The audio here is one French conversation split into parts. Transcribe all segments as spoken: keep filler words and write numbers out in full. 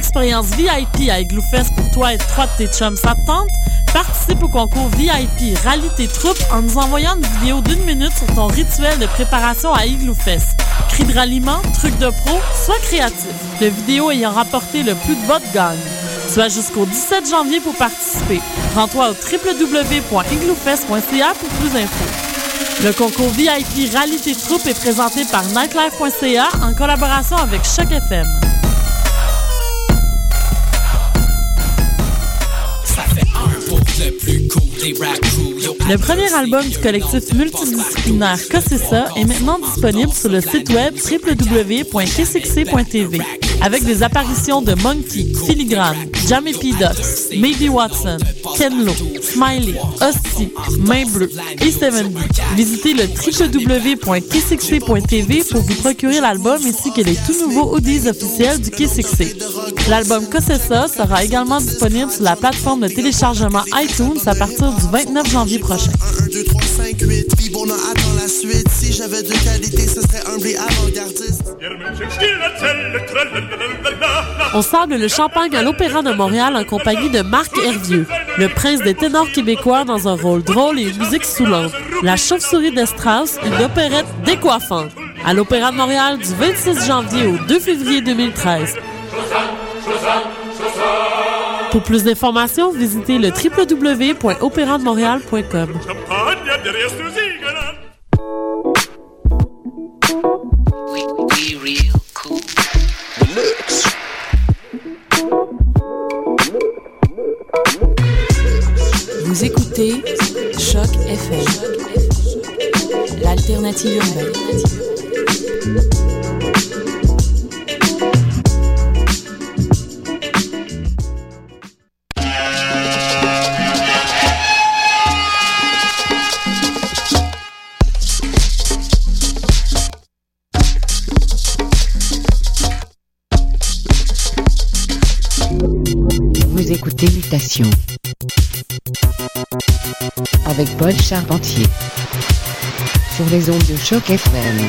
expérience V I P à Igloo Fest pour toi et trois de tes chums, ça te tente? Participe au concours V I P Rallie tes troupes en nous envoyant une vidéo d'une minute sur ton rituel de préparation à Igloo Fest. Cris de ralliement, trucs de pro, sois créatif. Le vidéo ayant rapporté le plus de votes gagne. Tu as jusqu'au dix-sept janvier pour participer. Rends-toi au w w w point igloo fest point c a pour plus d'infos. Le concours V I P Rallie tes troupes est présenté par nightlife point c a en collaboration avec Choc F M. Le premier album du collectif multidisciplinaire Cossessa est maintenant disponible sur le site web w w w point k c x c point t v avec des apparitions de Monkey, Filigrane, Jamie P. Ducks, Maybe Watson, Ken Lo, Smiley, Hostie, Main Bleue et Seven D. Visitez le w w w point k c x c point t v pour vous procurer l'album ainsi que les tout nouveaux audios officiels du K six C. L'album Cossessa sera également disponible sur la plateforme de téléchargement iTunes à partir du vingt-neuf janvier prochain. un, deux, trois, cinq, huit, puis bon, on attend la suite. Si j'avais de qualité, ce serait humble et avant-gardiste. On sable le champagne à l'Opéra de Montréal en compagnie de Marc Hervieux, le prince des ténors québécois dans un rôle drôle et une musique soulante. La chauve-souris de Strauss, une opérette décoiffante. À l'Opéra de Montréal du vingt-six janvier au deux février deux mille treize. Pour plus d'informations, visitez le w w w point opéra de montréal point com. Vous écoutez Choc F M, l'alternative urbaine. Vous écoutez Mutation avec Paul Charpentier sur les ondes de Choc F M.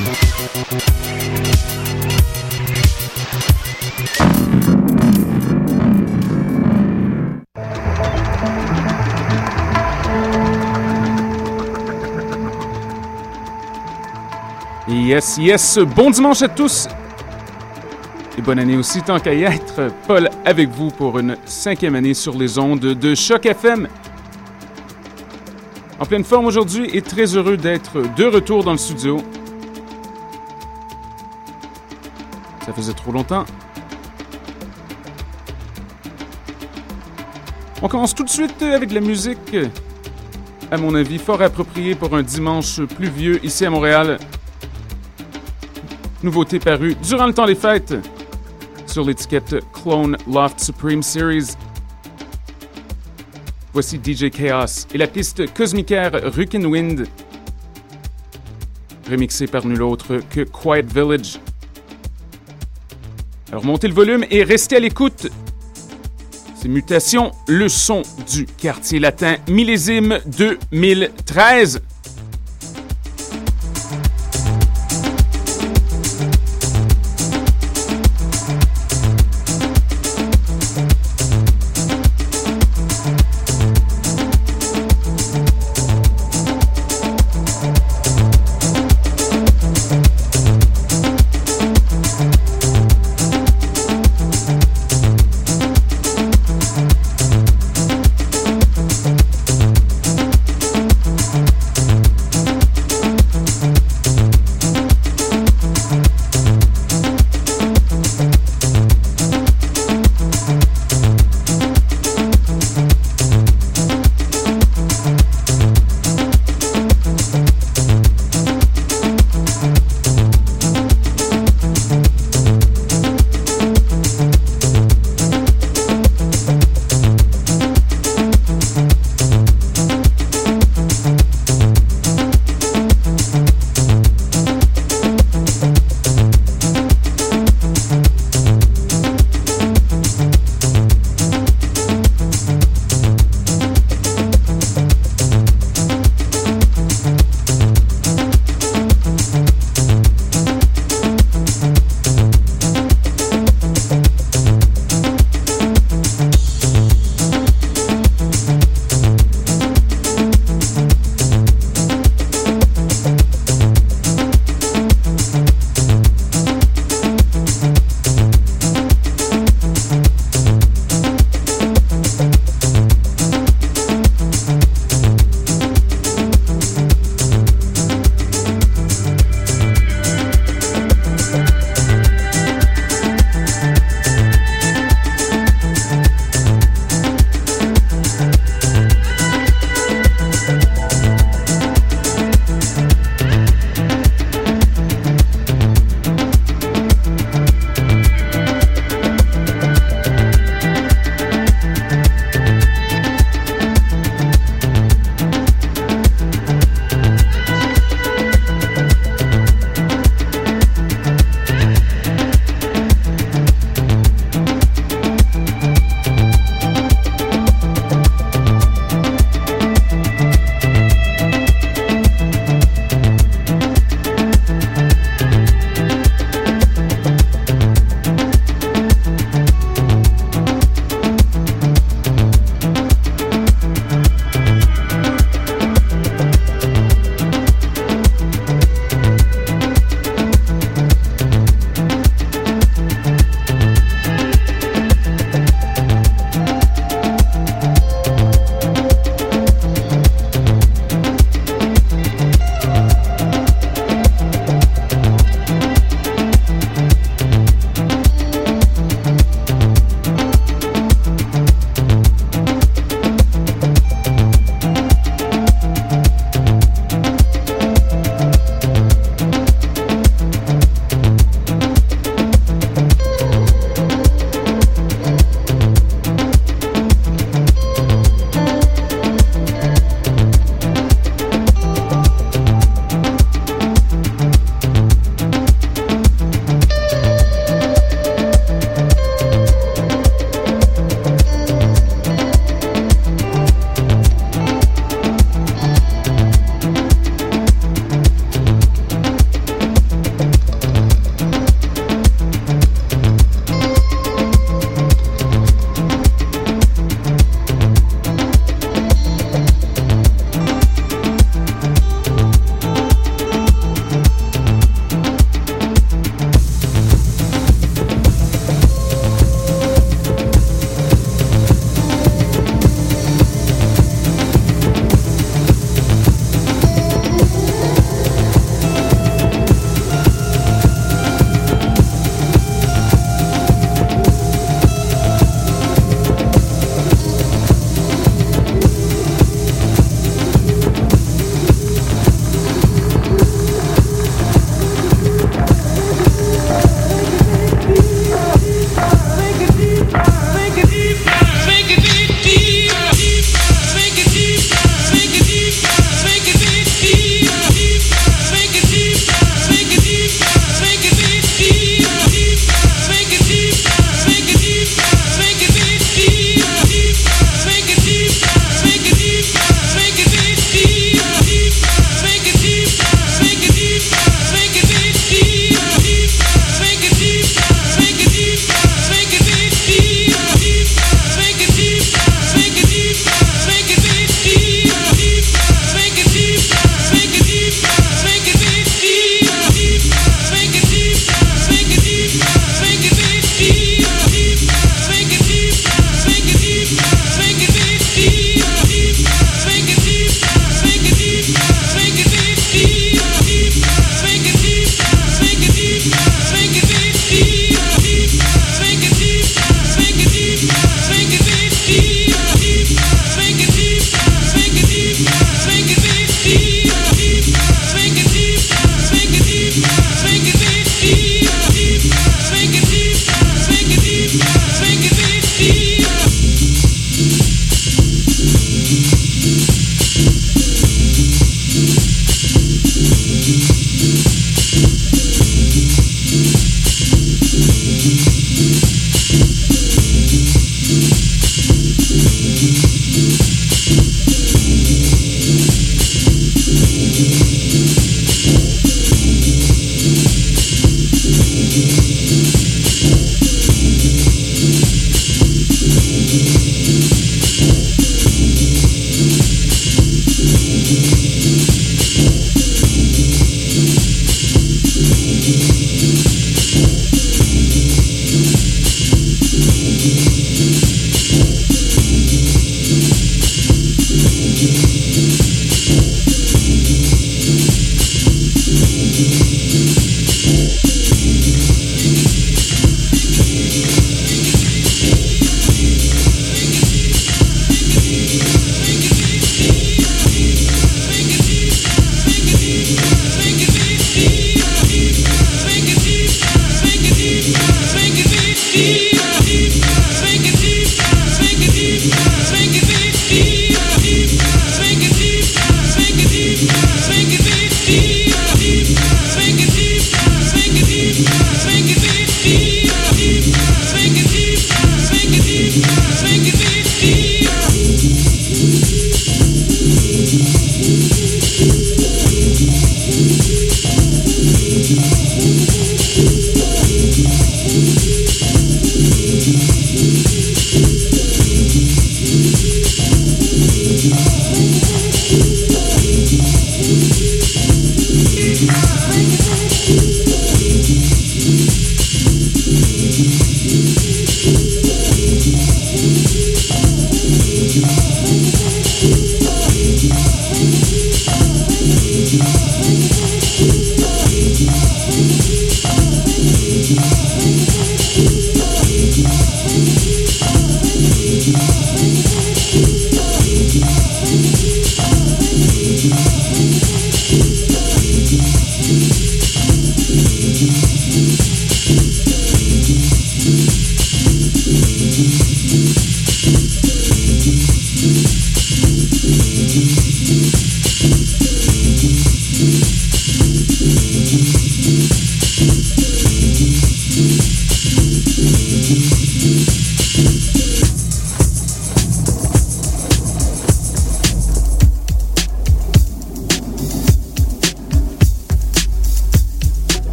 Yes, yes, bon dimanche à tous et bonne année aussi, tant qu'à y être. Paul avec vous pour une cinquième année sur les ondes de Choc F M. En pleine forme aujourd'hui et très heureux d'être de retour dans le studio. Ça faisait trop longtemps. On commence tout de suite avec de la musique, à mon avis, fort appropriée pour un dimanche pluvieux ici à Montréal. Nouveauté parue durant le temps des fêtes sur l'étiquette Clone Loft Supreme Series. Voici D J Chaos et la piste Cosmicaire Rukin Wind, remixée par nul autre que Quiet Village. Alors montez le volume et restez à l'écoute. C'est Mutation, le son du quartier latin, millésime deux mille treize.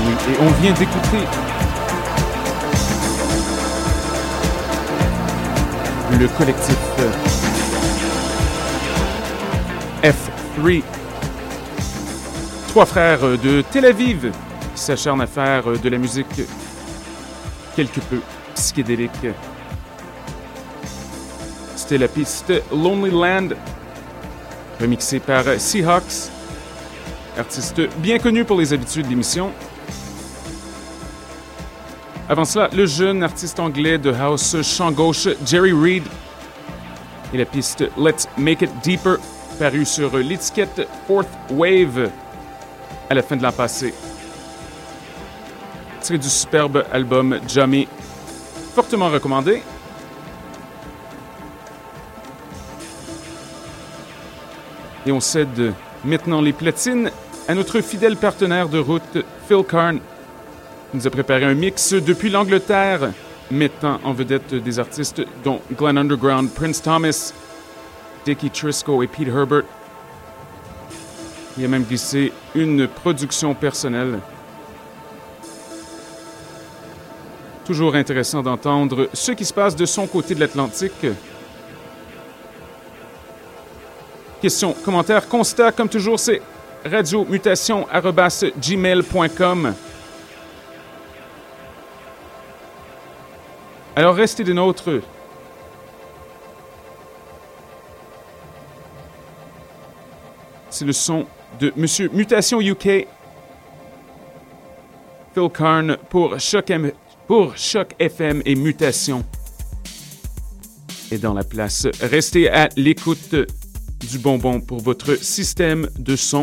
oui, et on vient d'écouter le collectif F trois. Trois frères de Tel Aviv qui s'acharnent à faire de la musique quelque peu psychédélique. C'était la piste Lonely Land, remixée par Seahawks, artiste bien connu pour les habitudes de l'émission. Avant cela, le jeune artiste anglais de house chant gauche Jerry Reed et la piste Let's Make It Deeper, parue sur l'étiquette Fourth Wave à la fin de l'an passé. Tiré du superbe album Jammy, fortement recommandé. Et on cède maintenant les platines à notre fidèle partenaire de route, Phil Karn. Il nous a préparé un mix depuis l'Angleterre, mettant en vedette des artistes dont Glenn Underground, Prince Thomas, Dickie Triscoe et Pete Herbert. Il a même glissé une production personnelle. Toujours intéressant d'entendre ce qui se passe de son côté de l'Atlantique. Questions, commentaires, constats, comme toujours, c'est radiomutation arobase gmail point com. Alors, restez des nôtres. C'est le son de Monsieur Mutation U K. Phil Karn pour Choc, M- pour Choc F M et Mutation. Et dans la place, restez à l'écoute du bonbon pour votre système de son.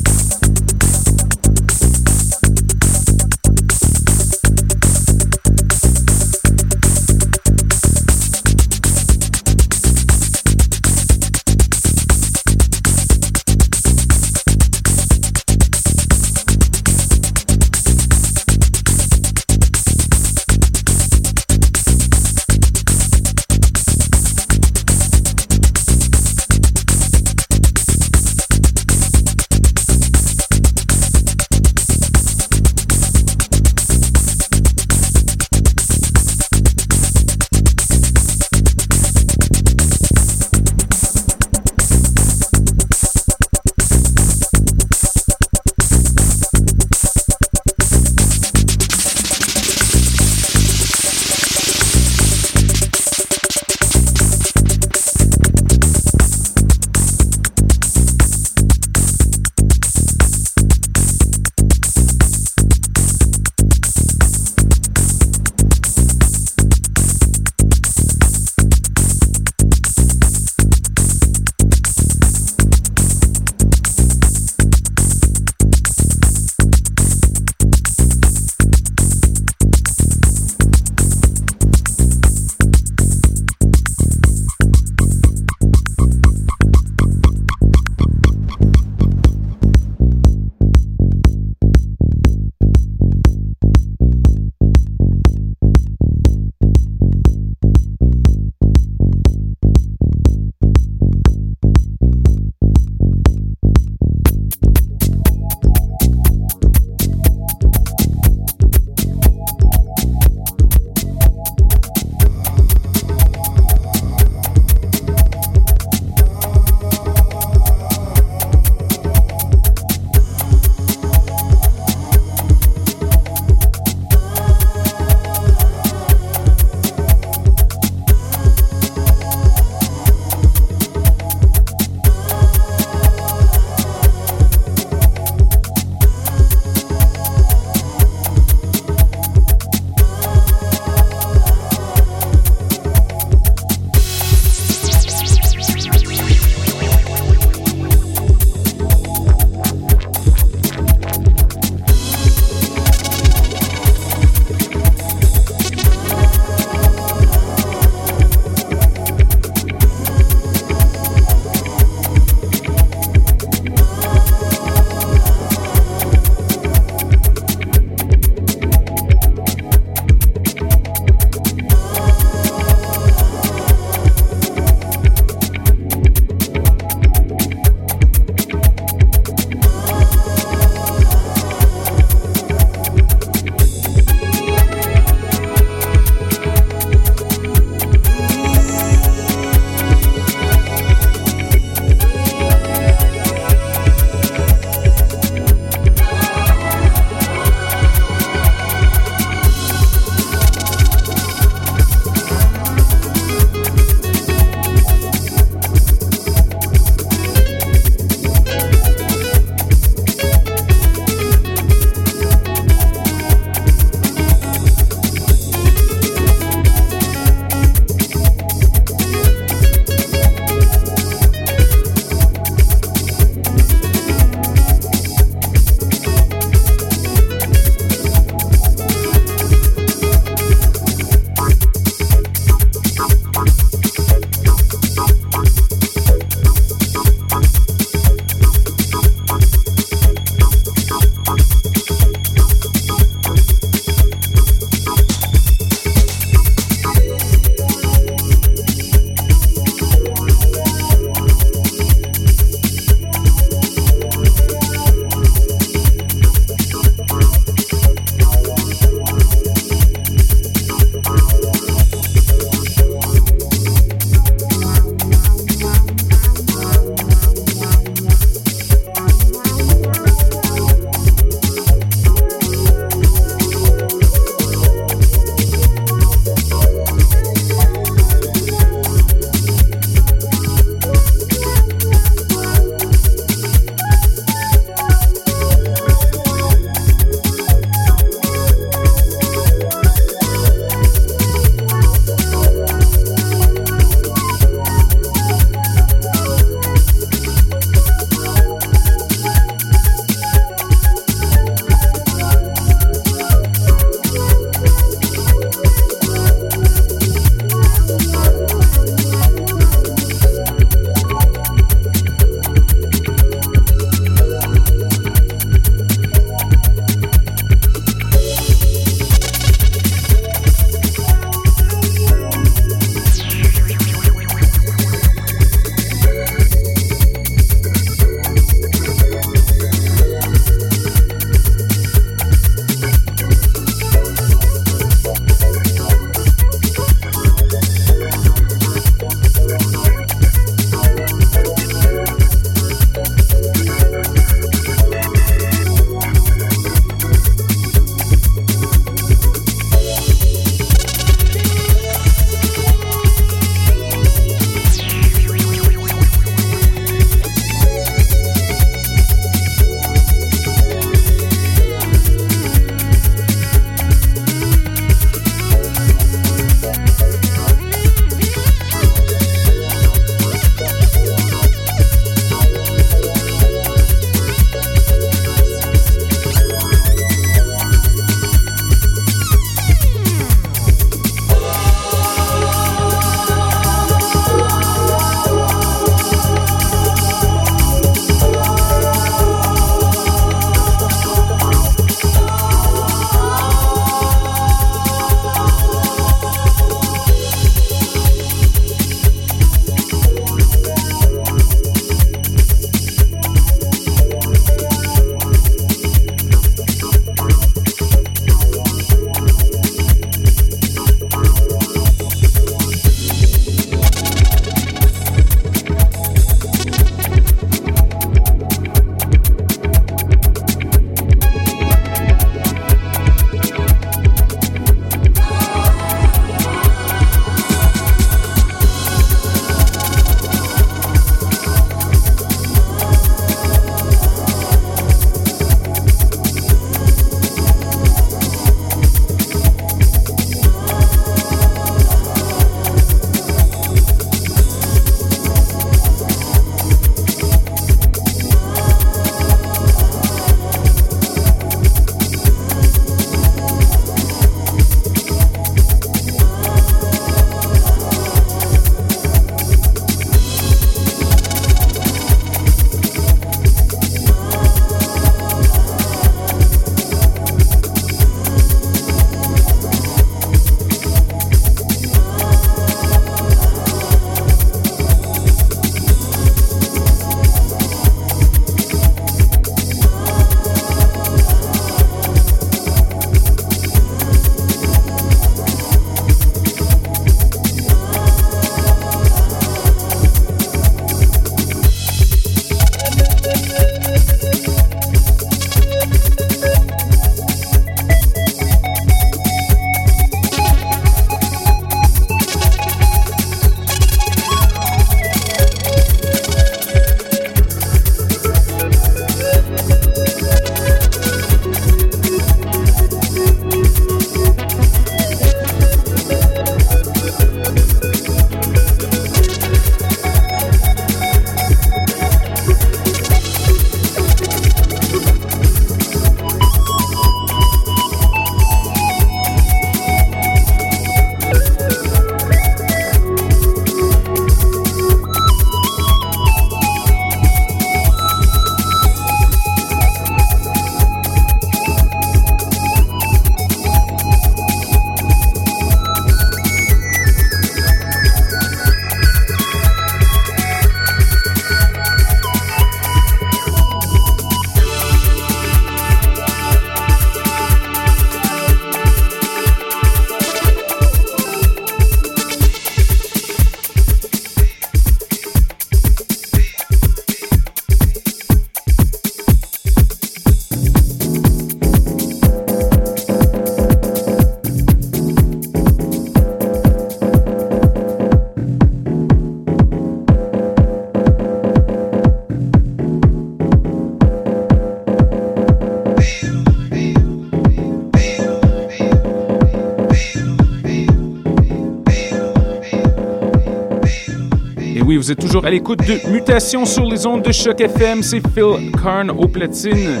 Vous êtes toujours à l'écoute de Mutation sur les ondes de Choc F M. C'est Phil Karn au platine.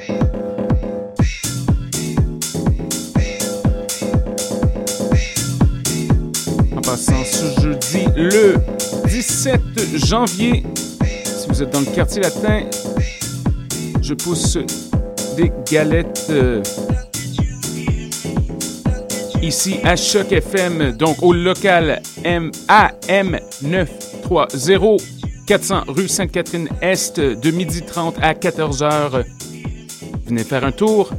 En passant ce jeudi, le dix-sept janvier, si vous êtes dans le quartier latin, je pousse des galettes euh, ici à Choc F M, donc au local M A M neuf cent trente, quatre cents rue Sainte-Catherine-Est, de midi trente à quatorze heures. Venez faire un tour.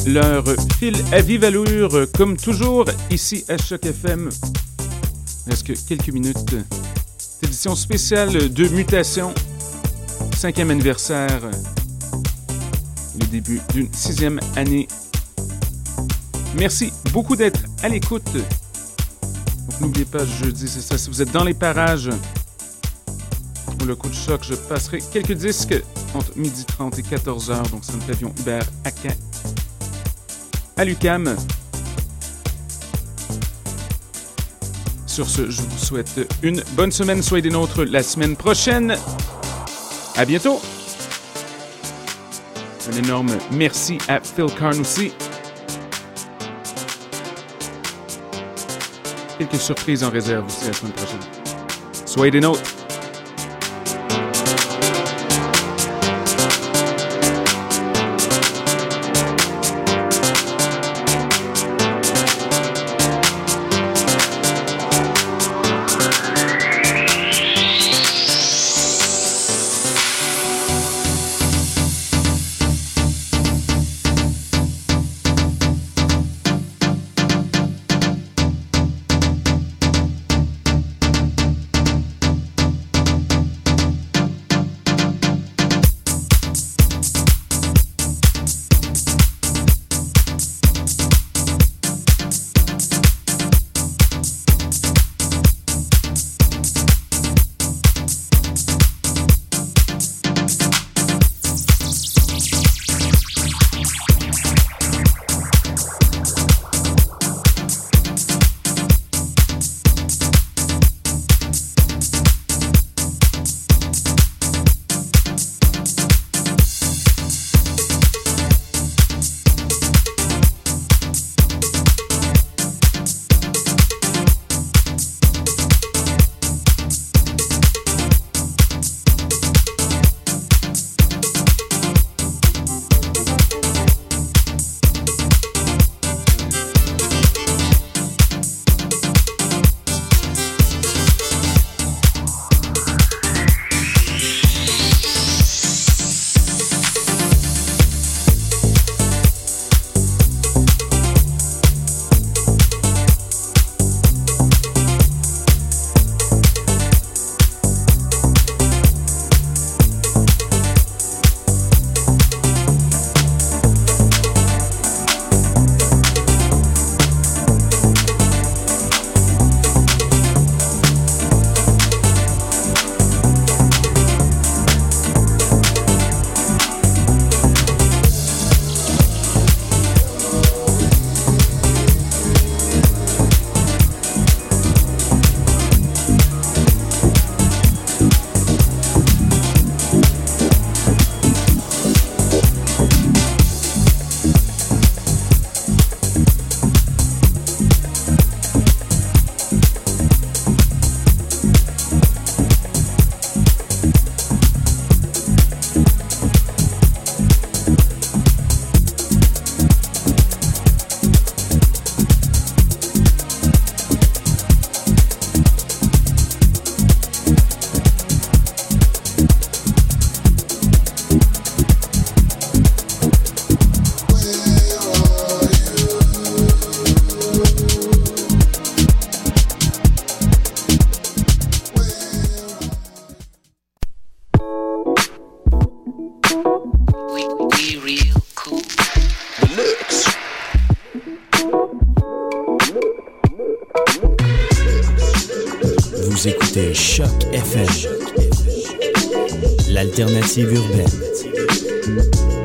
leur fil à vive allure, comme toujours, ici à Choc F M. Il reste que quelques minutes. Cette édition spéciale de Mutation, cinquième anniversaire, le début d'une sixième année. Merci beaucoup d'être à l'écoute. Donc n'oubliez pas, jeudi, c'est ça, si vous êtes dans les parages, pour le coup de choc, je passerai quelques disques entre midi trente et quatorze heures, donc c'est un avion Hubert à Caen, à l'U Q A M. Sur ce, je vous souhaite une bonne semaine. Soyez des nôtres la semaine prochaine. À bientôt. Un énorme merci à Phil Karn aussi. Quelques surprises en réserve aussi la semaine prochaine. Soyez des nôtres. Vous écoutez Choc F M, l'alternative urbaine.